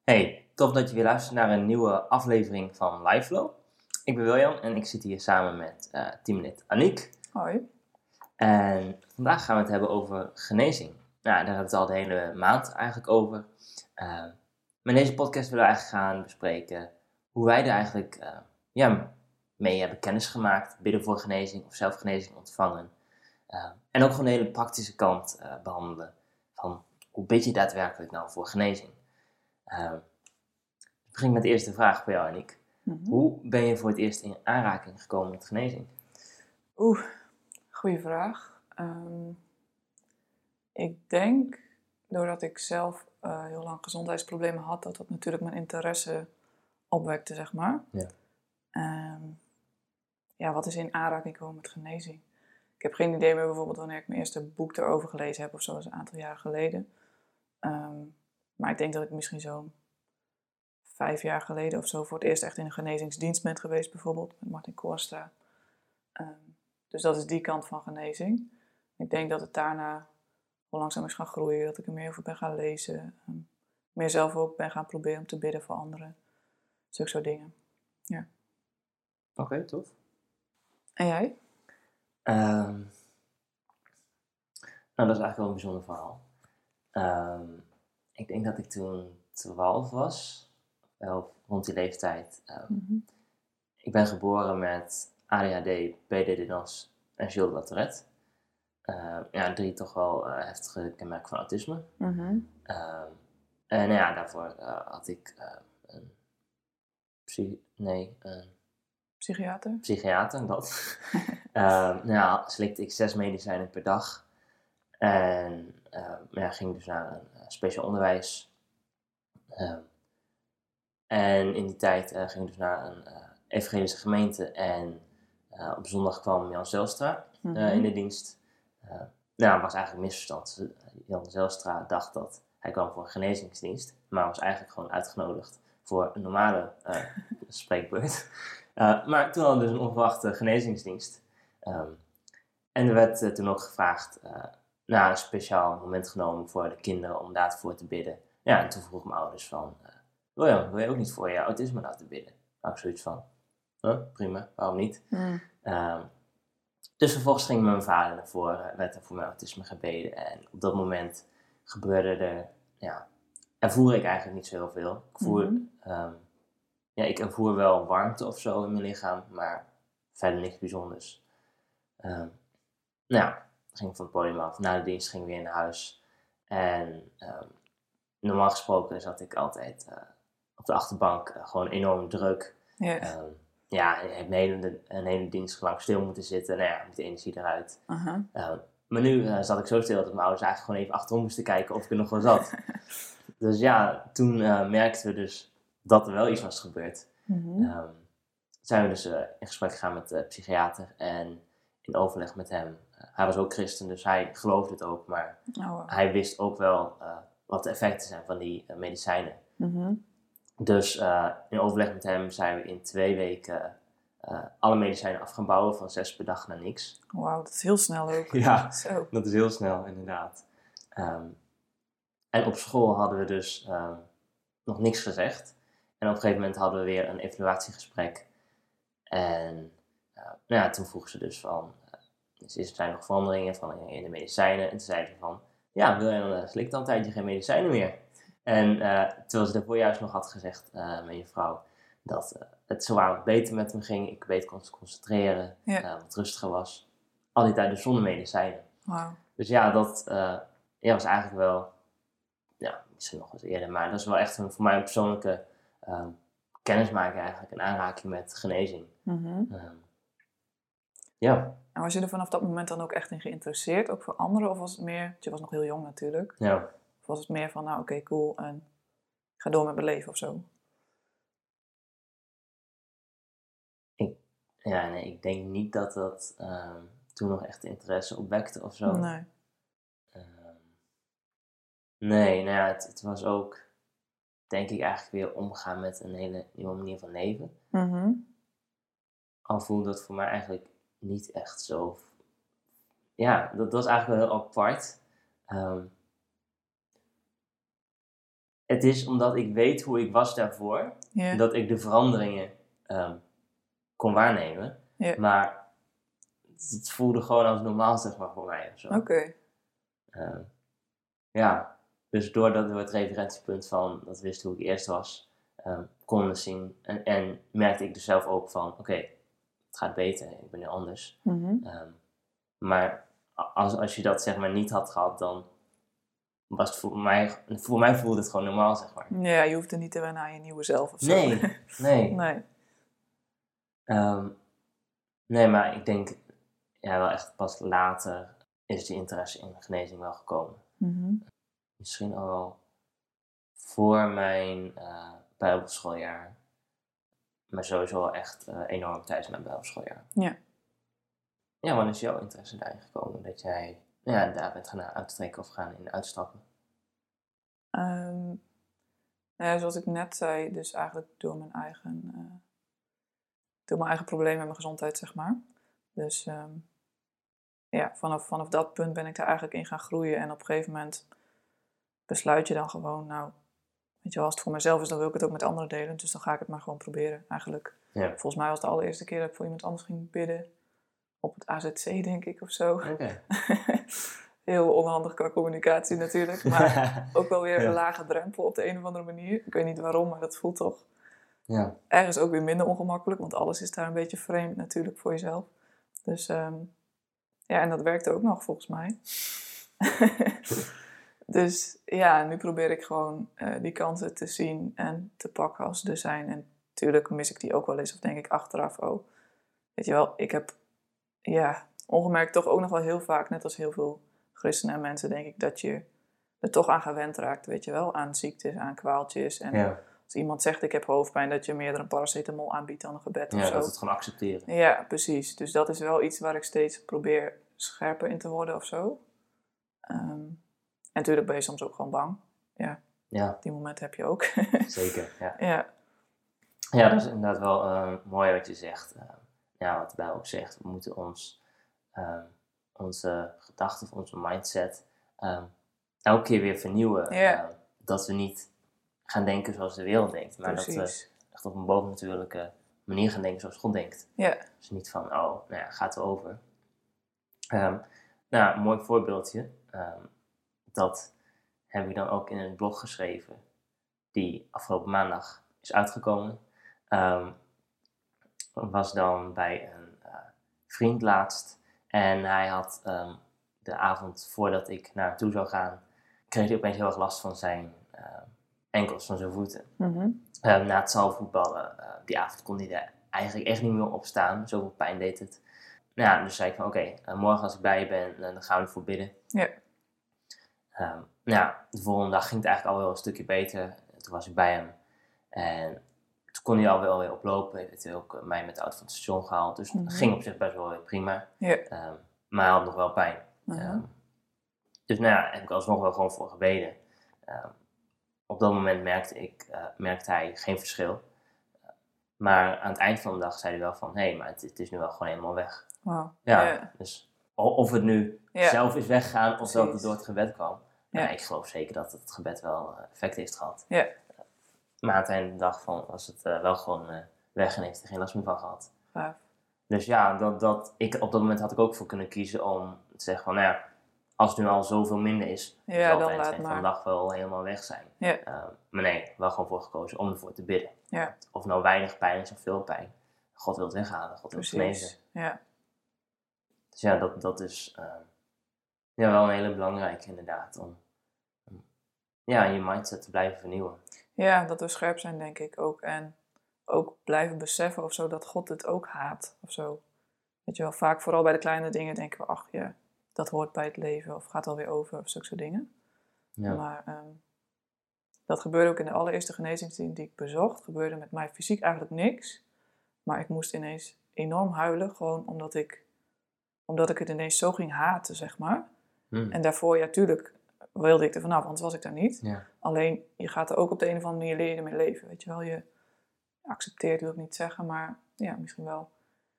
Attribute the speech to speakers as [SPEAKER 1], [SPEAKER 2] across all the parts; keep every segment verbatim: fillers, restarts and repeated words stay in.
[SPEAKER 1] Hey, tof dat je weer luistert naar een nieuwe aflevering van LiveFlow. Ik ben William en ik zit hier samen met uh, teamlid Aniek.
[SPEAKER 2] Hoi.
[SPEAKER 1] En vandaag gaan we het hebben over genezing. Nou, daar hebben we het al de hele maand eigenlijk over. Uh, maar in deze podcast willen we eigenlijk gaan bespreken hoe wij er eigenlijk uh, ja, mee hebben kennis gemaakt. Bidden voor genezing of zelf genezing ontvangen. Uh, en ook gewoon de hele praktische kant uh, behandelen. Van hoe bid je daadwerkelijk nou voor genezing? Uh, ik begin met de eerste vraag voor jou, Aniek. Mm-hmm. Hoe ben je voor het eerst in aanraking gekomen met genezing?
[SPEAKER 2] Oeh, goede vraag. Um, ik denk, doordat ik zelf uh, heel lang gezondheidsproblemen had, dat dat natuurlijk mijn interesse opwekte, zeg maar.
[SPEAKER 1] Ja.
[SPEAKER 2] Um, ja, wat is in aanraking gekomen met genezing? Ik heb geen idee meer bijvoorbeeld wanneer ik mijn eerste boek erover gelezen heb of zo, dat is een aantal jaren geleden. Um, maar ik denk dat ik misschien zo'n vijf jaar geleden of zo voor het eerst echt in een genezingsdienst ben geweest, bijvoorbeeld met Martin Koorstra. Um, dus dat is die kant van genezing. Ik denk dat het daarna wel langzaam is gaan groeien, dat ik er meer over ben gaan lezen. Um, meer zelf ook ben gaan proberen om te bidden voor anderen. Zulke soort dingen. Ja.
[SPEAKER 1] Oké, okay, tof.
[SPEAKER 2] En jij?
[SPEAKER 1] Um, nou, dat is eigenlijk wel een bijzonder verhaal. Um, ik denk dat ik toen twaalf was, wel rond die leeftijd. Um, mm-hmm. Ik ben geboren met A D H D, P D D N O S en Gilles de la Tourette. Uh, ja, drie toch wel uh, heftige kenmerken van autisme.
[SPEAKER 2] Mm-hmm.
[SPEAKER 1] Uh, en nou ja, daarvoor uh, had ik uh, een, psy- nee, een
[SPEAKER 2] psychiater.
[SPEAKER 1] Psychiater, dat. uh, nou ja, slikte ik zes medicijnen per dag. En uh, ja, ging dus naar een uh, speciaal onderwijs. Uh, en in die tijd uh, ging ik dus naar een uh, evangelische gemeente. En uh, op zondag kwam Jan Zijlstra uh, mm-hmm. in de dienst. Uh, nou, het was eigenlijk een misverstand. Jan Zijlstra dacht dat hij kwam voor een genezingsdienst. Maar was eigenlijk gewoon uitgenodigd voor een normale uh, spreekbeurt. Uh, maar toen hadden we dus een onverwachte genezingsdienst. Um, en er werd uh, toen ook gevraagd... Uh, Nou, een speciaal moment genomen voor de kinderen om daarvoor te bidden. Ja, en toen vroeg mijn ouders van... Uh, William, wil je ook niet voor je autisme laten bidden? Nou, ik zoiets van... Huh, prima, waarom niet?
[SPEAKER 2] Mm.
[SPEAKER 1] Uh, dus vervolgens ging mijn vader ervoor, uh, werd er voor mijn autisme gebeden. En op dat moment gebeurde er... Ja, ervoer ik eigenlijk niet zo heel veel. Ik voer, mm-hmm. um, ja, ik ervoer wel warmte of zo in mijn lichaam, maar verder niks bijzonders. Um, nou ging van het podium af. Na de dienst ging ik weer naar huis. En um, normaal gesproken zat ik altijd uh, op de achterbank uh, gewoon enorm druk.
[SPEAKER 2] Yeah.
[SPEAKER 1] Um, ja, ik heb een hele, een hele dienst lang stil moeten zitten. Nou ja, met de energie eruit.
[SPEAKER 2] Uh-huh.
[SPEAKER 1] Uh, maar nu uh, zat ik zo stil dat mijn ouders eigenlijk gewoon even achterom moesten kijken of ik er nog wel zat. Dus ja, toen uh, merkten we dus dat er wel iets was gebeurd.
[SPEAKER 2] Mm-hmm.
[SPEAKER 1] Um, zijn we dus uh, in gesprek gegaan met de psychiater en in overleg met hem. Hij was ook christen, dus hij geloofde het ook, maar
[SPEAKER 2] oh, wow.
[SPEAKER 1] hij wist ook wel uh, wat de effecten zijn van die uh, medicijnen.
[SPEAKER 2] Mm-hmm.
[SPEAKER 1] Dus uh, in overleg met hem zijn we in twee weken uh, alle medicijnen af gaan bouwen, van zes per dag naar niks.
[SPEAKER 2] Wauw, dat is heel snel ook.
[SPEAKER 1] Ja,
[SPEAKER 2] Zo.
[SPEAKER 1] Dat is heel snel, inderdaad. Um, en op school hadden we dus uh, nog niks gezegd. En op een gegeven moment hadden we weer een evaluatiegesprek. En uh, nou ja, toen vroegen ze dus van... Dus er zijn nog veranderingen van in de medicijnen. En toen zeiden ze van, ja, wil je dan uh, slikt dan een tijdje geen medicijnen meer. En uh, terwijl ze daarvoor juist nog had gezegd, uh, mijn vrouw, dat uh, het zwaar wat beter met me ging. Ik beter kon concentreren,
[SPEAKER 2] ja.
[SPEAKER 1] uh, wat rustiger was. Al die tijd dus zonder medicijnen.
[SPEAKER 2] Wow.
[SPEAKER 1] Dus ja, dat uh, ja, was eigenlijk wel, ja, misschien nog eens eerder. Maar dat is wel echt een, voor mij een persoonlijke uh, kennismaking eigenlijk. Een aanraking met genezing.
[SPEAKER 2] Mm-hmm.
[SPEAKER 1] Uh, ja.
[SPEAKER 2] En was je er vanaf dat moment dan ook echt in geïnteresseerd, ook voor anderen? Of was het meer, je was nog heel jong natuurlijk.
[SPEAKER 1] Ja.
[SPEAKER 2] Of was het meer van, nou oké, okay, cool, en ik ga door met mijn leven of zo?
[SPEAKER 1] Ik, ja, nee, ik denk niet dat dat um, toen nog echt interesse opwekte of zo.
[SPEAKER 2] Nee.
[SPEAKER 1] Um, nee, nou ja, het, het was ook, denk ik, eigenlijk weer omgaan met een hele nieuwe manier van leven.
[SPEAKER 2] Mm-hmm.
[SPEAKER 1] Al voelde dat voor mij eigenlijk niet echt zo. Ja, dat was eigenlijk wel heel apart. Um, het is omdat ik weet hoe ik was daarvoor,
[SPEAKER 2] Ja.
[SPEAKER 1] dat ik de veranderingen um, kon waarnemen.
[SPEAKER 2] Ja.
[SPEAKER 1] Maar het, het voelde gewoon als normaal, zeg maar, voor mij. Oké.
[SPEAKER 2] Okay.
[SPEAKER 1] Uh, ja, dus doordat door het referentiepunt van dat wist hoe ik eerst was, um, konden zien. En, en merkte ik dus zelf ook van, oké, okay, het gaat beter, ik ben nu anders.
[SPEAKER 2] Mm-hmm.
[SPEAKER 1] Um, maar als, als je dat zeg maar niet had gehad, dan was het voor mij, voor mij voelde het gewoon normaal, zeg maar.
[SPEAKER 2] Ja, je hoeft er niet te wennen aan je nieuwe zelf of zo.
[SPEAKER 1] Nee, nee.
[SPEAKER 2] nee.
[SPEAKER 1] Um, nee, maar ik denk, ja, wel echt pas later is die interesse in genezing wel gekomen.
[SPEAKER 2] Mm-hmm.
[SPEAKER 1] Misschien al wel voor mijn uh, bijbelschooljaar. Maar sowieso wel echt uh, enorm tijdens mijn bijbelschooljaar.
[SPEAKER 2] Ja.
[SPEAKER 1] Ja, wanneer is jouw interesse daarin gekomen? Dat jij ja, daar bent gaan uittrekken of gaan in uitstappen?
[SPEAKER 2] Um, nou ja, zoals ik net zei, dus eigenlijk door mijn eigen, uh, door mijn eigen problemen met mijn gezondheid, zeg maar. Dus um, ja, vanaf, vanaf dat punt ben ik daar eigenlijk in gaan groeien. En op een gegeven moment besluit je dan gewoon, nou, weet je wel, als het voor mezelf is, dan wil ik het ook met anderen delen. Dus dan ga ik het maar gewoon proberen, eigenlijk.
[SPEAKER 1] Ja.
[SPEAKER 2] Volgens mij was het de allereerste keer dat ik voor iemand anders ging bidden. Op het A Z C, denk ik, of zo.
[SPEAKER 1] Okay.
[SPEAKER 2] Heel onhandig qua communicatie natuurlijk. Maar ook wel weer ja. een lage drempel op de een of andere manier. Ik weet niet waarom, maar dat voelt toch
[SPEAKER 1] ja.
[SPEAKER 2] ergens ook weer minder ongemakkelijk. Want alles is daar een beetje vreemd natuurlijk voor jezelf. Dus um, ja, en dat werkte ook nog volgens mij. Dus ja, nu probeer ik gewoon uh, die kansen te zien en te pakken als ze er zijn. En natuurlijk mis ik die ook wel eens. Of denk ik achteraf, oh, weet je wel, ik heb ja, ongemerkt toch ook nog wel heel vaak, net als heel veel christenen en mensen, denk ik, dat je er toch aan gewend raakt, weet je wel, aan ziektes, aan kwaaltjes. En
[SPEAKER 1] ja.
[SPEAKER 2] als iemand zegt, ik heb hoofdpijn, dat je meer een paracetamol aanbiedt dan een gebed
[SPEAKER 1] ja,
[SPEAKER 2] of zo.
[SPEAKER 1] Ja, dat het gewoon accepteren.
[SPEAKER 2] Ja, precies. Dus dat is wel iets waar ik steeds probeer scherper in te worden of zo. Um, en natuurlijk ben je soms ook gewoon bang. Ja,
[SPEAKER 1] ja.
[SPEAKER 2] Die momenten heb je ook.
[SPEAKER 1] Zeker, ja.
[SPEAKER 2] ja.
[SPEAKER 1] Ja, dat is inderdaad wel uh, mooi wat je zegt. Uh, ja, wat de Bijbel ook zegt. We moeten ons, uh, onze gedachten of onze mindset uh, elke keer weer vernieuwen.
[SPEAKER 2] Yeah.
[SPEAKER 1] Uh, dat we niet gaan denken zoals de wereld denkt. Maar
[SPEAKER 2] Precies.
[SPEAKER 1] dat we echt op een bovennatuurlijke manier gaan denken zoals God denkt.
[SPEAKER 2] Yeah.
[SPEAKER 1] Dus niet van, oh, nou ja, gaat er over. Um, nou, een mooi voorbeeldje. Um, dat heb ik dan ook in een blog geschreven. Die afgelopen maandag is uitgekomen. Um, was dan bij een uh, vriend laatst. En hij had um, de avond voordat ik naar hem toe zou gaan, kreeg hij opeens heel erg last van zijn uh, enkels, van zijn voeten.
[SPEAKER 2] Mm-hmm.
[SPEAKER 1] Um, na het zaalvoetballen, uh, die avond kon hij er eigenlijk echt niet meer op staan. Zoveel pijn deed het. Nou ja, dus zei ik van oké, okay, uh, morgen als ik bij je ben, uh, dan gaan we ervoor bidden.
[SPEAKER 2] Ja.
[SPEAKER 1] Um, nou ja, de volgende dag ging het eigenlijk al wel een stukje beter. Toen was ik bij hem. En toen kon hij al wel weer oplopen. Hij heeft ook mij met de auto van het station gehaald. Dus
[SPEAKER 2] mm-hmm.
[SPEAKER 1] het ging op zich best wel weer prima.
[SPEAKER 2] Ja.
[SPEAKER 1] Um, maar hij had nog wel pijn.
[SPEAKER 2] Mm-hmm.
[SPEAKER 1] Um, dus nou ja, heb ik alsnog wel gewoon voor gebeden. Um, op dat moment merkte, ik, uh, merkte hij geen verschil. Uh, maar aan het eind van de dag zei hij wel van... Hé, hey, maar het, het is nu wel gewoon helemaal weg.
[SPEAKER 2] Wow.
[SPEAKER 1] Ja,
[SPEAKER 2] yeah.
[SPEAKER 1] Dus of het nu yeah. zelf is weggegaan of
[SPEAKER 2] Precies.
[SPEAKER 1] dat het door het gebed kwam.
[SPEAKER 2] Ja.
[SPEAKER 1] Nou, ik geloof zeker dat het gebed wel uh, effect heeft gehad.
[SPEAKER 2] Ja.
[SPEAKER 1] Maar aan het einde van de dag van, was het uh, wel gewoon uh, weg en heeft er geen last meer van gehad.
[SPEAKER 2] Gaaf.
[SPEAKER 1] Dus ja, dat, dat, ik, op dat moment had ik ook voor kunnen kiezen om te zeggen van, nou ja, als het nu al zoveel minder is,
[SPEAKER 2] ja,
[SPEAKER 1] zal
[SPEAKER 2] dan
[SPEAKER 1] het
[SPEAKER 2] laat
[SPEAKER 1] eind
[SPEAKER 2] maar.
[SPEAKER 1] van de dag wel helemaal weg zijn.
[SPEAKER 2] Ja.
[SPEAKER 1] Uh, maar nee, wel gewoon voor gekozen om ervoor te bidden.
[SPEAKER 2] Ja.
[SPEAKER 1] Of nou weinig pijn is of veel pijn. God wil het weghalen, God wil het genezen.
[SPEAKER 2] Ja.
[SPEAKER 1] Dus ja, dat, dat is uh, ja, wel een hele belangrijke inderdaad. Om, om ja, je mindset te blijven vernieuwen.
[SPEAKER 2] Ja, dat we scherp zijn denk ik ook. En ook blijven beseffen of zo dat God het ook haat of zo. Weet je wel, vaak vooral bij de kleine dingen denken we, ach ja, dat hoort bij het leven of gaat alweer over of zulke soort dingen. Ja. Maar um, dat gebeurde ook in de allereerste genezingsdienst die ik bezocht. Gebeurde met mij fysiek eigenlijk niks. Maar ik moest ineens enorm huilen, gewoon omdat ik, omdat ik het ineens zo ging haten, zeg maar.
[SPEAKER 1] Hmm.
[SPEAKER 2] En daarvoor, ja, tuurlijk wilde ik er vanaf, anders was ik daar niet.
[SPEAKER 1] Ja.
[SPEAKER 2] Alleen, je gaat er ook op de een of andere manier leer je ermee leven, weet je wel. Je accepteert, wil ik niet zeggen, maar ja, misschien wel.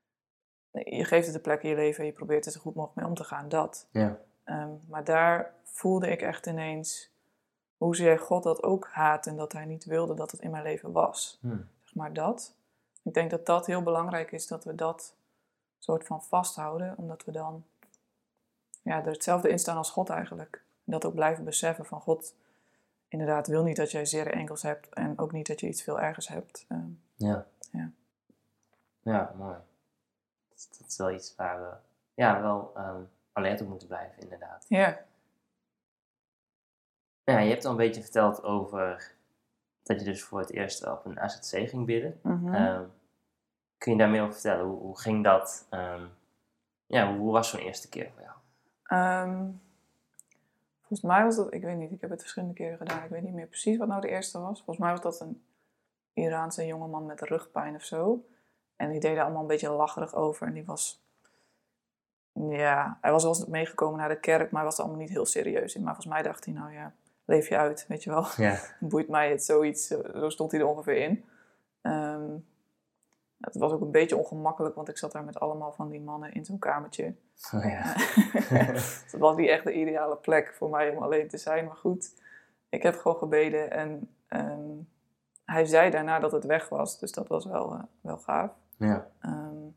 [SPEAKER 2] Je geeft het een plek in je leven en je probeert er zo goed mogelijk mee om te gaan, dat.
[SPEAKER 1] Ja.
[SPEAKER 2] Um, maar daar voelde ik echt ineens hoezeer God dat ook haat en dat hij niet wilde dat het in mijn leven was.
[SPEAKER 1] Hmm.
[SPEAKER 2] Zeg maar dat. Ik denk dat dat heel belangrijk is, dat we dat soort van vasthouden, omdat we dan ja, er hetzelfde in staan als God eigenlijk. En dat ook blijven beseffen van God inderdaad wil niet dat jij zere enkels hebt en ook niet dat je iets veel ergers hebt. Uh,
[SPEAKER 1] Ja.
[SPEAKER 2] ja.
[SPEAKER 1] Ja, mooi. Dat, dat is wel iets waar we ja, wel um, alert op moeten blijven, inderdaad.
[SPEAKER 2] Ja.
[SPEAKER 1] Ja, je hebt al een beetje verteld over dat je dus voor het eerst op een A Z C ging bidden.
[SPEAKER 2] Mm-hmm.
[SPEAKER 1] Um, kun je daar meer over vertellen? Hoe, hoe ging dat? Um, ja, hoe, hoe was zo'n eerste keer voor jou?
[SPEAKER 2] Um, volgens mij was dat, ik weet niet, ik heb het verschillende keren gedaan. Ik weet niet meer precies wat nou de eerste was. Volgens mij was dat een Iraanse jongeman met rugpijn of zo. En die deed daar allemaal een beetje lacherig over. En die was, ja, hij was wel eens meegekomen naar de kerk, maar hij was er allemaal niet heel serieus in. Maar volgens mij dacht hij, nou ja, leef je uit, weet je wel.
[SPEAKER 1] Ja.
[SPEAKER 2] Boeit mij het zoiets, zo stond hij er ongeveer in. Um, het was ook een beetje ongemakkelijk, want ik zat daar met allemaal van die mannen in zo'n kamertje.
[SPEAKER 1] Oh ja.
[SPEAKER 2] Het was niet echt de ideale plek voor mij om alleen te zijn. Maar goed, ik heb gewoon gebeden en um, hij zei daarna dat het weg was. Dus dat was wel, uh, wel gaaf.
[SPEAKER 1] Ja.
[SPEAKER 2] Um,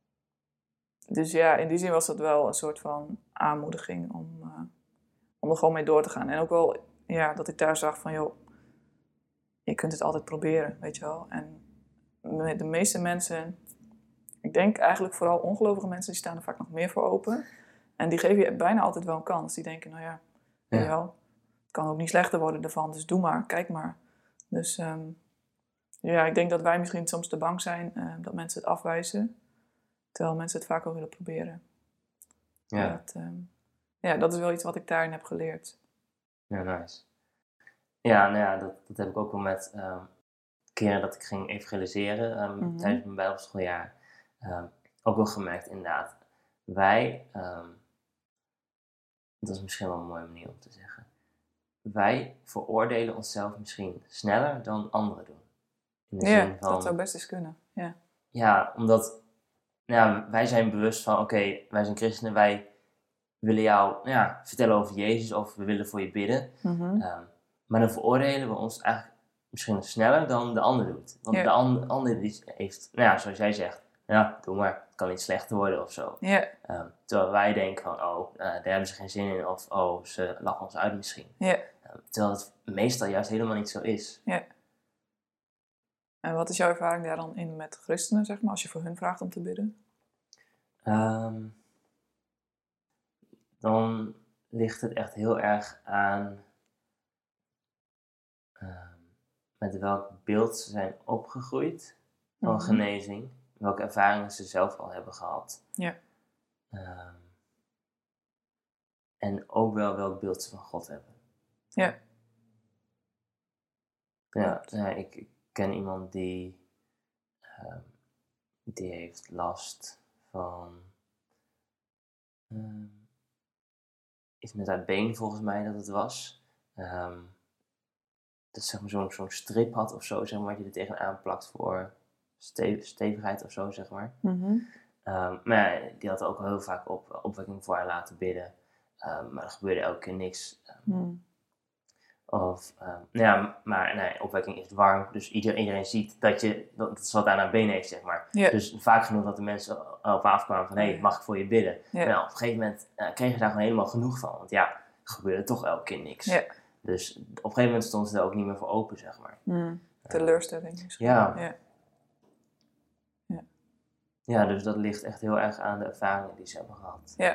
[SPEAKER 2] dus ja, in die zin was dat wel een soort van aanmoediging om, uh, om er gewoon mee door te gaan. En ook wel, ja, dat ik daar zag van, joh, je kunt het altijd proberen, weet je wel. En de meeste mensen, ik denk eigenlijk vooral ongelovige mensen, die staan er vaak nog meer voor open. En die geven je bijna altijd wel een kans. Die denken, nou ja, weet je wel, het kan ook niet slechter worden ervan, dus doe maar, kijk maar. Dus um, ja, ik denk dat wij misschien soms te bang zijn uh, dat mensen het afwijzen. Terwijl mensen het vaak wel willen proberen.
[SPEAKER 1] Ja.
[SPEAKER 2] Dat, um, ja, dat is wel iets wat ik daarin heb geleerd.
[SPEAKER 1] Ja, nice. Ja, nou ja, dat, dat heb ik ook wel met um, keren dat ik ging evangeliseren um, mm-hmm. tijdens mijn bijbelschooljaar. Um, ook wel gemerkt, inderdaad. Wij, um, dat is misschien wel een mooie manier om te zeggen. Wij veroordelen onszelf misschien sneller dan anderen doen.
[SPEAKER 2] In de ja, zin van, dat zou best eens kunnen. Ja,
[SPEAKER 1] ja omdat ja, wij zijn bewust van, oké, okay, wij zijn christenen, wij willen jou ja, vertellen over Jezus of we willen voor je bidden.
[SPEAKER 2] Mm-hmm.
[SPEAKER 1] Um, maar dan veroordelen we ons eigenlijk misschien sneller dan de ander doet. Want ja. de ander, ander die heeft, nou ja, zoals jij zegt, ja, doe maar, het kan niet slechter worden of zo.
[SPEAKER 2] Ja.
[SPEAKER 1] Um, terwijl wij denken van, oh, uh, daar hebben ze geen zin in of oh, ze lachen ons uit misschien.
[SPEAKER 2] Ja.
[SPEAKER 1] Um, terwijl het meestal juist helemaal niet zo is.
[SPEAKER 2] Ja. En wat is jouw ervaring daar dan in met christenen, zeg maar, als je voor hun vraagt om te bidden?
[SPEAKER 1] Um, dan ligt het echt heel erg aan um, met welk beeld ze zijn opgegroeid van mm-hmm. genezing, welke ervaringen ze zelf al hebben gehad.
[SPEAKER 2] Ja.
[SPEAKER 1] Um, en ook wel welk beeld ze van God hebben.
[SPEAKER 2] Ja.
[SPEAKER 1] Ja, ja ik, ik ken iemand die, um, die heeft last van um, iets met haar been volgens mij dat het was. Um, dat zeg maar zo'n zo'n strip had of zo, zeg maar, die er tegenaan plakt voor ste- stevigheid of zo, zeg maar.
[SPEAKER 2] Mm-hmm.
[SPEAKER 1] Um, maar ja, die had ook heel vaak op, opwekking voor haar laten bidden. Um, maar er gebeurde elke keer niks. Um,
[SPEAKER 2] mm.
[SPEAKER 1] Of, um, ja, maar nee, opwekking is warm, dus iedereen, iedereen ziet dat je, dat ze wat aan haar been heeft, zeg maar.
[SPEAKER 2] Yeah.
[SPEAKER 1] Dus vaak genoeg dat de mensen op afkwamen van, hé, hey, mag ik voor je bidden?
[SPEAKER 2] Yeah.
[SPEAKER 1] Maar op een gegeven moment uh, kregen ze daar gewoon helemaal genoeg van, want ja, er gebeurde toch elke keer niks.
[SPEAKER 2] Yeah.
[SPEAKER 1] Dus op een gegeven moment stond ze er ook niet meer voor open, zeg maar.
[SPEAKER 2] Mm. Teleurstelling misschien.
[SPEAKER 1] Ja.
[SPEAKER 2] Yeah.
[SPEAKER 1] Yeah. Ja, dus dat ligt echt heel erg aan de ervaringen die ze hebben gehad.
[SPEAKER 2] Ja.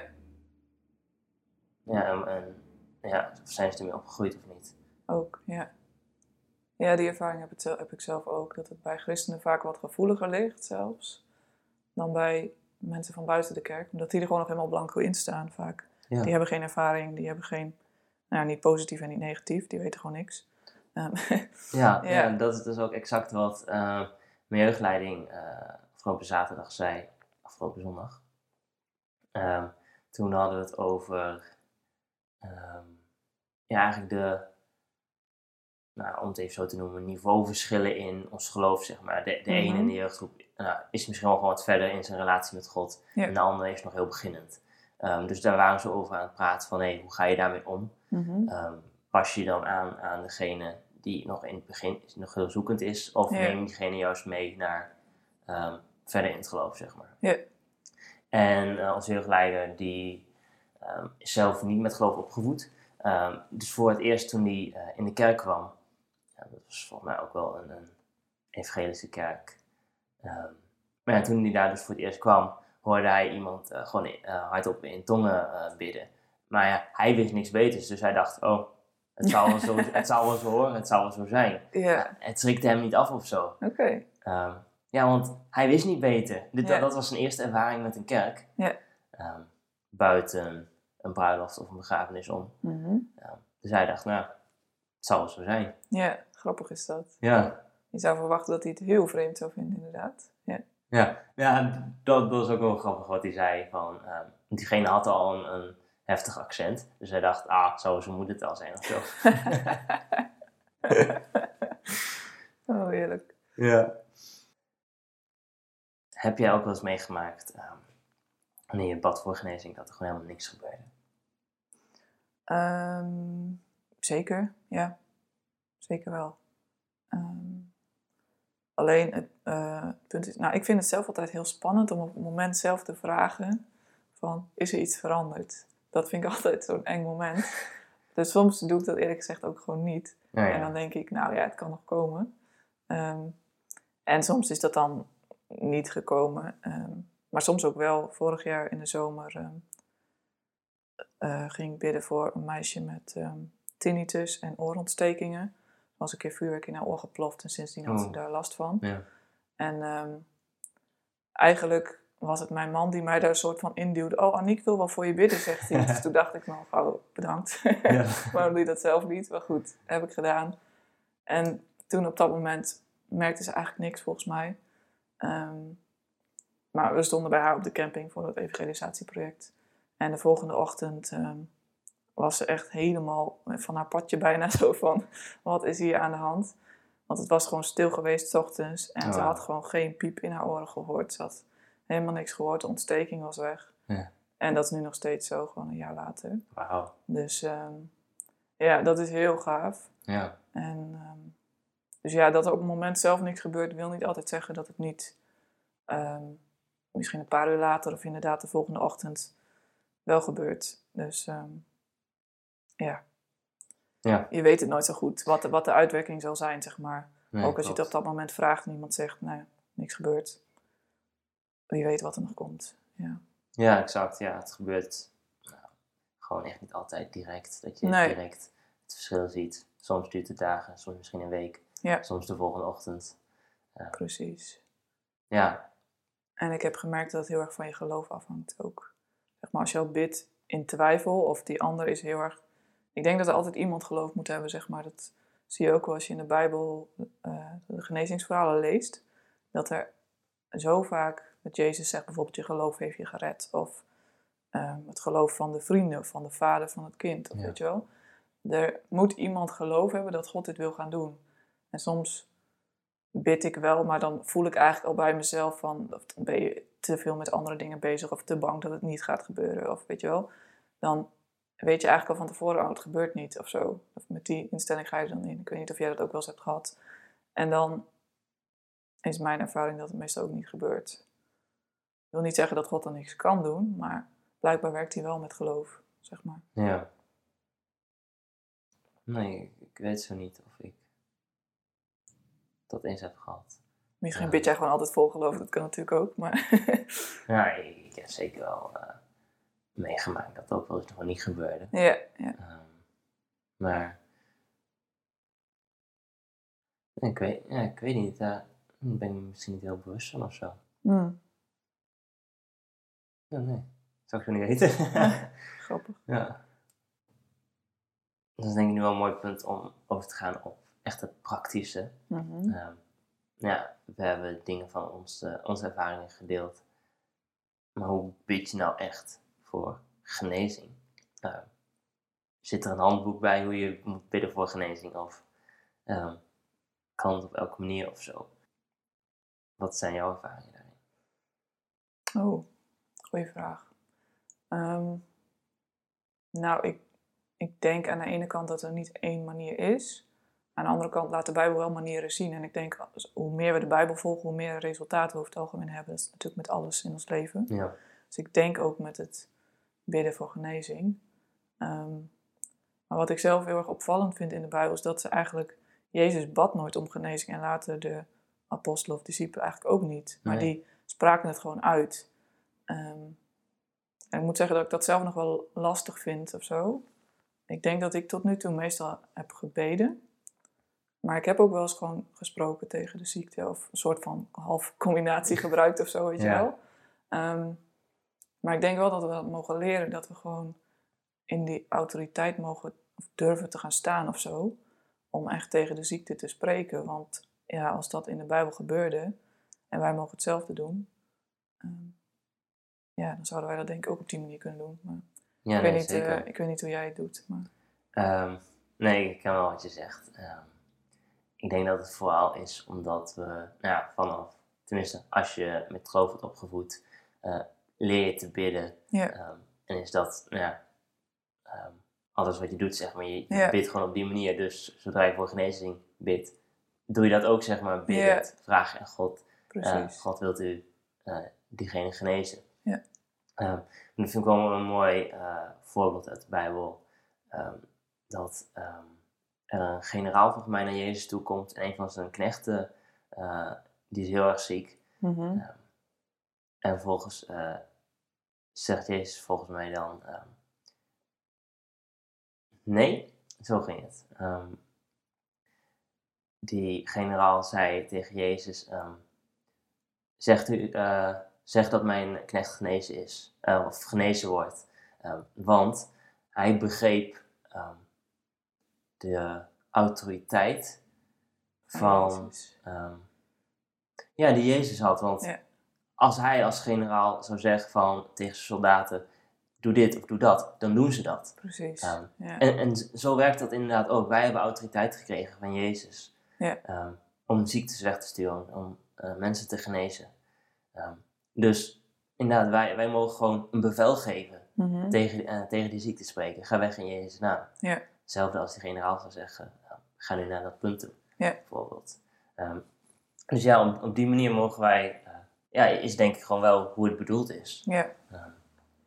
[SPEAKER 1] Ja, en, en ja, of zijn ze ermee opgegroeid of niet?
[SPEAKER 2] Ook, ja. Ja, die ervaring heb, het, heb ik zelf ook. Dat het bij christenen vaak wat gevoeliger ligt zelfs. Dan bij mensen van buiten de kerk. Omdat die er gewoon nog helemaal blanco in staan vaak. Ja. Die hebben geen ervaring, die hebben geen... Nou ja, niet positief en niet negatief. Die weten gewoon niks. Um,
[SPEAKER 1] ja, ja. ja, dat is dus ook exact wat uh, mijn jeugdleiding uh, afgelopen zaterdag zei. Afgelopen zondag. Um, toen hadden we het over... Um, ja, eigenlijk de... Nou, om het even zo te noemen, niveauverschillen in ons geloof, zeg maar. De, de mm-hmm. ene in de jeugdgroep nou, is misschien wel gewoon wat verder in zijn relatie met God. Ja. En de andere is nog heel beginnend. Um, dus daar waren ze over aan het praten van, hé, hey, hoe ga je daarmee om?
[SPEAKER 2] Mm-hmm.
[SPEAKER 1] Um, pas je dan aan aan degene die nog in het begin nog heel zoekend is, of
[SPEAKER 2] Ja.
[SPEAKER 1] neem je diegene juist mee naar um, verder in het geloof, zeg maar.
[SPEAKER 2] Ja.
[SPEAKER 1] En uh, onze jeugdleider die um, is zelf niet met geloof opgevoed. Um, dus voor het eerst toen hij uh, in de kerk kwam, ja, dat was volgens mij ook wel een, een evangelische kerk. Um, maar ja, toen hij daar dus voor het eerst kwam, hoorde hij iemand uh, gewoon uh, hardop in tongen uh, bidden. Maar ja, hij wist niks beters, dus hij dacht, oh, het zal wel zo, het zal wel zo horen, het zal wel zo zijn.
[SPEAKER 2] Ja.
[SPEAKER 1] Uh, het schrikte hem niet af of zo.
[SPEAKER 2] Oké. Okay.
[SPEAKER 1] Um, ja, want hij wist niet beter. Dit,
[SPEAKER 2] Ja.
[SPEAKER 1] Dat was zijn eerste ervaring met een kerk.
[SPEAKER 2] Ja.
[SPEAKER 1] Um, buiten een bruiloft of een begrafenis om.
[SPEAKER 2] Mm-hmm.
[SPEAKER 1] Um, dus hij dacht, nou, het zal wel zo zijn.
[SPEAKER 2] Ja, grappig is dat.
[SPEAKER 1] Ja.
[SPEAKER 2] Je zou verwachten dat hij het heel vreemd zou vinden, inderdaad. Ja,
[SPEAKER 1] ja, ja dat, dat was ook wel grappig wat hij zei. Van, um, diegene had al een, een heftig accent. Dus hij dacht, ah, zou zijn moeder taal zijn of zo.
[SPEAKER 2] Oh, heerlijk.
[SPEAKER 1] Ja. Heb jij ook wel eens meegemaakt, um, wanneer je bad voor genezing, dat er gewoon helemaal niks gebeurde?
[SPEAKER 2] Um, zeker, ja. Zeker wel. Um, alleen, het, uh, het punt is, nou, ik vind het zelf altijd heel spannend om op het moment zelf te vragen van, is er iets veranderd? Dat vind ik altijd zo'n eng moment. Dus soms doe ik dat eerlijk gezegd ook gewoon niet.
[SPEAKER 1] Ja, ja.
[SPEAKER 2] En dan denk ik, nou ja, het kan nog komen. Um, en soms is dat dan niet gekomen. Um, maar soms ook wel. Vorig jaar in de zomer um, uh, ging ik bidden voor een meisje met um, tinnitus en oorontstekingen. Er was een keer vuurwerk in haar oor geploft en sindsdien had ze
[SPEAKER 1] oh.
[SPEAKER 2] daar last van.
[SPEAKER 1] Ja.
[SPEAKER 2] En um, eigenlijk was het mijn man die mij daar een soort van induwde. Oh, Aniek wil wel voor je bidden, zegt hij. Dus toen dacht ik nog, oh, bedankt. Ja. Waarom doe je dat zelf niet? Maar goed, heb ik gedaan. En toen op dat moment merkte ze eigenlijk niks volgens mij. Um, maar we stonden bij haar op de camping voor het evangelisatieproject. En de volgende ochtend um, was ze echt helemaal van haar padje bijna zo van... Wat is hier aan de hand? Want het was gewoon stil geweest 's ochtends. En oh. Ze had gewoon geen piep in haar oren gehoord. Ze had helemaal niks gehoord. De ontsteking was weg.
[SPEAKER 1] Ja.
[SPEAKER 2] En dat is nu nog steeds zo, gewoon een jaar later.
[SPEAKER 1] Wauw.
[SPEAKER 2] Dus um, ja, dat is heel gaaf.
[SPEAKER 1] Ja.
[SPEAKER 2] En, um, dus ja, dat er op het moment zelf niks gebeurt, wil niet altijd zeggen dat het niet... Um, misschien een paar uur later of inderdaad de volgende ochtend wel gebeurt. Dus um, ja.
[SPEAKER 1] ja,
[SPEAKER 2] je weet het nooit zo goed wat de, wat de uitwerking zal zijn, zeg maar.
[SPEAKER 1] Nee,
[SPEAKER 2] ook als
[SPEAKER 1] klopt.
[SPEAKER 2] je het op dat moment vraagt en iemand zegt, nee, niks gebeurt. Wie weet wat er nog komt. Ja,
[SPEAKER 1] ja exact. Ja, het gebeurt nou, gewoon echt niet altijd direct. Dat je
[SPEAKER 2] nee.
[SPEAKER 1] direct het verschil ziet. Soms duurt het dagen, soms misschien een week.
[SPEAKER 2] Ja.
[SPEAKER 1] Soms de volgende ochtend.
[SPEAKER 2] Uh, Precies.
[SPEAKER 1] Ja.
[SPEAKER 2] En ik heb gemerkt dat het heel erg van je geloof afhangt ook. Zeg maar, als je al bidt in twijfel of die ander is heel erg... Ik denk dat er altijd iemand geloof moet hebben, zeg maar. Dat zie je ook wel als je in de Bijbel uh, de genezingsverhalen leest. Dat er zo vaak, dat Jezus zegt bijvoorbeeld, je geloof heeft je gered. Of um, het geloof van de vrienden of van de vader van het kind. Of
[SPEAKER 1] ja.
[SPEAKER 2] weet je wel. Er moet iemand geloof hebben dat God dit wil gaan doen. En soms bid ik wel, maar dan voel ik eigenlijk al bij mezelf van... Of dan ben je te veel met andere dingen bezig of te bang dat het niet gaat gebeuren. Of weet je wel, dan... weet je eigenlijk al van tevoren, oh, het gebeurt niet of zo. Of met die instelling ga je er dan in. Ik weet niet of jij dat ook wel eens hebt gehad. En dan is mijn ervaring dat het meestal ook niet gebeurt. Ik wil niet zeggen dat God dan niks kan doen, maar blijkbaar werkt hij wel met geloof, zeg maar.
[SPEAKER 1] Ja. Nee, ik weet zo niet of ik dat eens heb gehad.
[SPEAKER 2] Misschien
[SPEAKER 1] ja.
[SPEAKER 2] bid jij gewoon altijd vol geloof, dat kan natuurlijk ook, maar...
[SPEAKER 1] ja, ik heb zeker wel... Uh... meegemaakt dat ook wel eens nog niet gebeurde.
[SPEAKER 2] Ja, ja.
[SPEAKER 1] Um, maar nee, ik, weet, ja, ik weet niet, daar uh, ben ik me misschien niet heel bewust van of zo.
[SPEAKER 2] Mm.
[SPEAKER 1] Ja, nee, dat zou ik zo niet weten.
[SPEAKER 2] Ja, grappig.
[SPEAKER 1] Ja. Dat is denk ik nu wel een mooi punt om over te gaan op echt het praktische.
[SPEAKER 2] Mm-hmm.
[SPEAKER 1] Um, ja, we hebben dingen van ons, uh, onze ervaringen gedeeld. Maar hoe bid je nou echt voor genezing? Uh, zit er een handboek bij hoe je moet bidden voor genezing? Of um, kan het op elke manier of zo? Wat zijn jouw ervaringen daarin?
[SPEAKER 2] Oh, goeie vraag. Um, nou, ik ik denk aan de ene kant dat er niet één manier is. Aan de andere kant laat de Bijbel wel manieren zien. En ik denk, als- hoe meer we de Bijbel volgen, hoe meer resultaten we over het algemeen hebben. Dat is natuurlijk met alles in ons leven.
[SPEAKER 1] Ja.
[SPEAKER 2] Dus ik denk ook met het bidden voor genezing. Ehm, maar wat ik zelf heel erg opvallend vind in de Bijbel is dat ze eigenlijk... Jezus bad nooit om genezing en later de apostelen of discipelen eigenlijk ook niet. Maar
[SPEAKER 1] Nee.
[SPEAKER 2] die spraken het gewoon uit. Ehm, en ik moet zeggen dat ik dat zelf nog wel lastig vind of zo. Ik denk dat ik tot nu toe meestal heb gebeden. Maar ik heb ook wel eens gewoon gesproken tegen de ziekte. Of een soort van half combinatie gebruikt of zo, weet je
[SPEAKER 1] Ja.
[SPEAKER 2] wel. Ehm, maar ik denk wel dat we dat mogen leren. Dat we gewoon in die autoriteit mogen of durven te gaan staan of zo. Om echt tegen de ziekte te spreken. Want ja, als dat in de Bijbel gebeurde en wij mogen hetzelfde doen, um, ja, dan zouden wij dat denk ik ook op die manier kunnen doen. Maar
[SPEAKER 1] Ja,
[SPEAKER 2] ik,
[SPEAKER 1] nee,
[SPEAKER 2] weet niet,
[SPEAKER 1] zeker.
[SPEAKER 2] uh, ik weet niet hoe jij het doet. Maar...
[SPEAKER 1] Um, nee, ik ken wel wat je zegt. Um, ik denk dat het vooral is omdat we, nou ja, vanaf, tenminste als je met geloof wordt opgevoed, uh, leer je te bidden.
[SPEAKER 2] Ja.
[SPEAKER 1] Um, en is dat, nou ja, um, alles wat je doet, zeg maar, je, je
[SPEAKER 2] Ja.
[SPEAKER 1] bidt gewoon op die manier. Dus zodra je voor genezing bidt, doe je dat ook, zeg maar, biddend.
[SPEAKER 2] Ja.
[SPEAKER 1] Vraag aan God.
[SPEAKER 2] Precies.
[SPEAKER 1] Uh, God wilt u uh, diegene genezen.
[SPEAKER 2] Ja.
[SPEAKER 1] Um, dat vind ik wel een mooi uh, voorbeeld uit de Bijbel. Um, dat um, er een generaal volgens mij naar Jezus toe komt en een van zijn knechten, uh, die is heel erg ziek.
[SPEAKER 2] Mm-hmm.
[SPEAKER 1] Um, en vervolgens uh, zegt Jezus volgens mij dan, um, nee, zo ging het. Um, die generaal zei tegen Jezus, um, zegt u, uh, zeg dat mijn knecht genezen is, uh, of genezen wordt. Um, want hij begreep um, de autoriteit van, um, ja, die Jezus had. Want
[SPEAKER 2] ja.
[SPEAKER 1] als hij als generaal zou zeggen van, tegen zijn soldaten, doe dit of doe dat, dan doen ze dat.
[SPEAKER 2] Precies.
[SPEAKER 1] Um,
[SPEAKER 2] ja.
[SPEAKER 1] en, en zo werkt dat inderdaad ook. Wij hebben autoriteit gekregen van Jezus.
[SPEAKER 2] Ja.
[SPEAKER 1] Um, om ziektes weg te sturen, om uh, mensen te genezen. Um, dus inderdaad, wij, wij mogen gewoon een bevel geven.
[SPEAKER 2] Mm-hmm.
[SPEAKER 1] Tegen, uh, tegen die ziekte spreken. Ga weg in Jezus' naam.
[SPEAKER 2] Ja.
[SPEAKER 1] Hetzelfde als die generaal zou zeggen, uh, ga nu naar dat punt toe,
[SPEAKER 2] ja.
[SPEAKER 1] bijvoorbeeld. Um, dus ja, op, op die manier mogen wij, uh, ja, is denk ik gewoon wel hoe het bedoeld is.
[SPEAKER 2] Ja.
[SPEAKER 1] Um,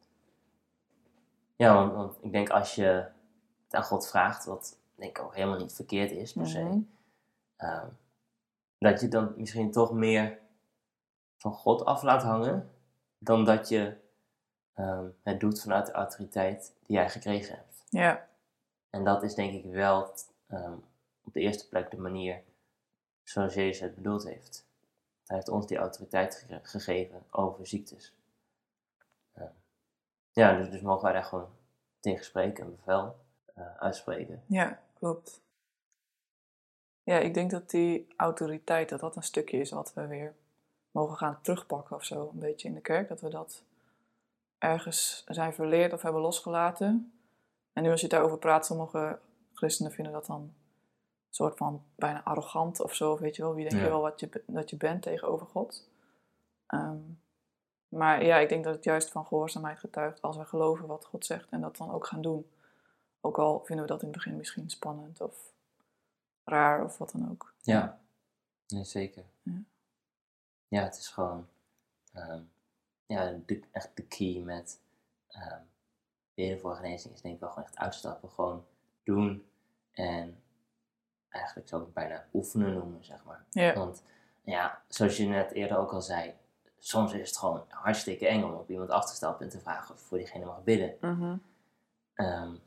[SPEAKER 1] ja, want, want ik denk als je het aan God vraagt, wat denk ik ook helemaal niet verkeerd is per se,
[SPEAKER 2] Mm-hmm.
[SPEAKER 1] um, dat je dan misschien toch meer van God af laat hangen, dan dat je um, het doet vanuit de autoriteit die jij gekregen hebt.
[SPEAKER 2] Ja.
[SPEAKER 1] En dat is denk ik wel um, op de eerste plek de manier zoals Jezus het bedoeld heeft. Hij heeft ons die autoriteit ge- gegeven over ziektes. Um, ja, dus, dus mogen wij daar gewoon tegen spreken, een bevel uh, uitspreken.
[SPEAKER 2] Ja, klopt. Ja, ik denk dat die autoriteit, dat dat een stukje is wat we weer mogen gaan terugpakken of zo, een beetje in de kerk. Dat we dat ergens zijn verleerd of hebben losgelaten. En nu als je daarover praat, sommige christenen vinden dat dan een soort van bijna arrogant of zo. Of weet je wel, wie denk
[SPEAKER 1] Ja.
[SPEAKER 2] je wel wat je, dat je bent tegenover God. Um, maar ja, ik denk dat het juist van gehoorzaamheid getuigt als we geloven wat God zegt en dat dan ook gaan doen. Ook al vinden we dat in het begin misschien spannend of raar of wat dan ook.
[SPEAKER 1] Ja, nee, zeker.
[SPEAKER 2] Ja.
[SPEAKER 1] Ja, het is gewoon um, ja, de, echt de key met um, bidden voor genezing is denk ik wel gewoon echt uitstappen. Gewoon doen en eigenlijk zou ik het bijna oefenen noemen, zeg maar.
[SPEAKER 2] Ja.
[SPEAKER 1] Want ja, zoals je net eerder ook al zei, soms is het gewoon hartstikke eng om op iemand af te stappen en te vragen of voor diegene mag bidden.
[SPEAKER 2] Mm-hmm.
[SPEAKER 1] Um,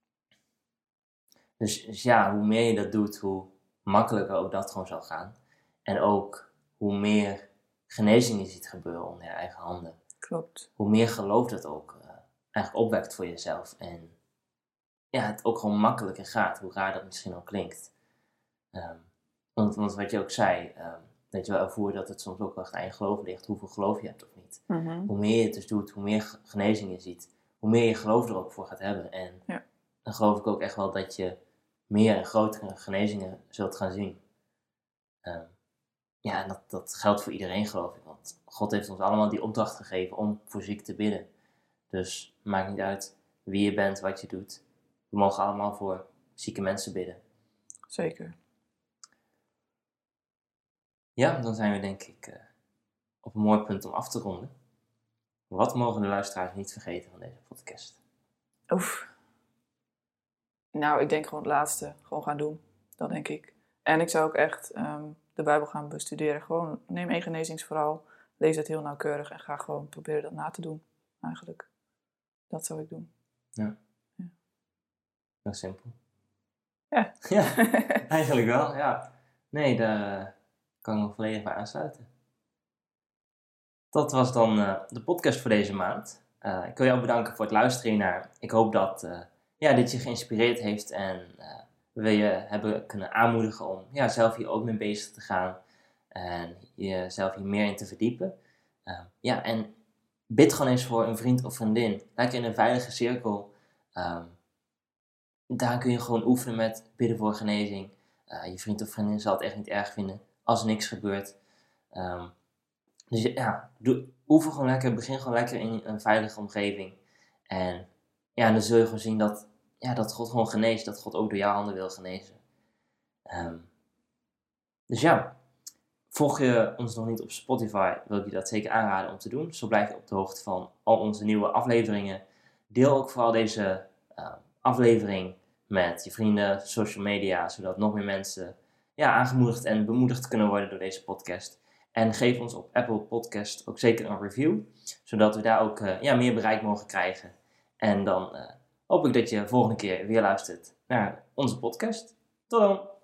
[SPEAKER 1] dus, dus ja, hoe meer je dat doet, hoe makkelijker ook dat gewoon zal gaan. En ook hoe meer genezing je ziet gebeuren onder je eigen handen.
[SPEAKER 2] Klopt.
[SPEAKER 1] Hoe meer geloof dat ook uh, eigenlijk opwekt voor jezelf. En ja, het ook gewoon makkelijker gaat, hoe raar dat misschien ook klinkt. Um, want, want wat je ook zei, um, dat je wel ervoer dat het soms ook wel echt aan je geloof ligt, hoeveel geloof je hebt of niet.
[SPEAKER 2] Mm-hmm.
[SPEAKER 1] Hoe meer je het dus doet, hoe meer genezing je ziet, hoe meer je geloof er ook voor gaat hebben. En
[SPEAKER 2] ja.
[SPEAKER 1] dan geloof ik ook echt wel dat je meer en grotere genezingen zult gaan zien. Um, ja, en dat, dat geldt voor iedereen, geloof ik. Want God heeft ons allemaal die opdracht gegeven om voor ziek te bidden. Dus het maakt niet uit wie je bent, wat je doet. we mogen allemaal voor zieke mensen bidden.
[SPEAKER 2] Zeker.
[SPEAKER 1] Ja, dan zijn we denk ik uh, op een mooi punt om af te ronden. Wat mogen de luisteraars niet vergeten van deze podcast?
[SPEAKER 2] Oef. Nou, ik denk gewoon het laatste. Gewoon gaan doen. Dat denk ik. En ik zou ook echt um, de Bijbel gaan bestuderen. Gewoon neem één genezingsverhaal. Lees het heel nauwkeurig en ga gewoon proberen dat na te doen. Eigenlijk. Dat zou ik doen.
[SPEAKER 1] Ja.
[SPEAKER 2] Ja.
[SPEAKER 1] Heel simpel.
[SPEAKER 2] Ja.
[SPEAKER 1] Ja, eigenlijk wel, ja. Nee, daar uh, kan ik me volledig bij aansluiten. Dat was dan uh, de podcast voor deze maand. Uh, ik wil jou bedanken voor het luisteren naar. Ik hoop dat uh, ja, dit je geïnspireerd heeft en uh, we je hebben kunnen aanmoedigen om ja, zelf hier ook mee bezig te gaan en jezelf hier meer in te verdiepen. Uh, ja, en bid gewoon eens voor een vriend of vriendin. Lekker in een veilige cirkel. Um, daar kun je gewoon oefenen met bidden voor genezing. Uh, je vriend of vriendin zal het echt niet erg vinden als er niks gebeurt. Um, dus ja, doe, oefen gewoon lekker. Begin gewoon lekker in een veilige omgeving. En ja, dan zul je gewoon zien dat, ja, dat God gewoon geneest. Dat God ook door jouw handen wil genezen. Um, dus ja, volg je ons nog niet op Spotify, wil ik je dat zeker aanraden om te doen. Zo blijf je op de hoogte van al onze nieuwe afleveringen. Deel ook vooral deze uh, aflevering met je vrienden, social media, zodat nog meer mensen ja, aangemoedigd en bemoedigd kunnen worden door deze podcast. En geef ons op Apple Podcast ook zeker een review, zodat we daar ook uh, ja, meer bereik mogen krijgen. En dan uh, hoop ik dat je volgende keer weer luistert naar onze podcast. Tot dan!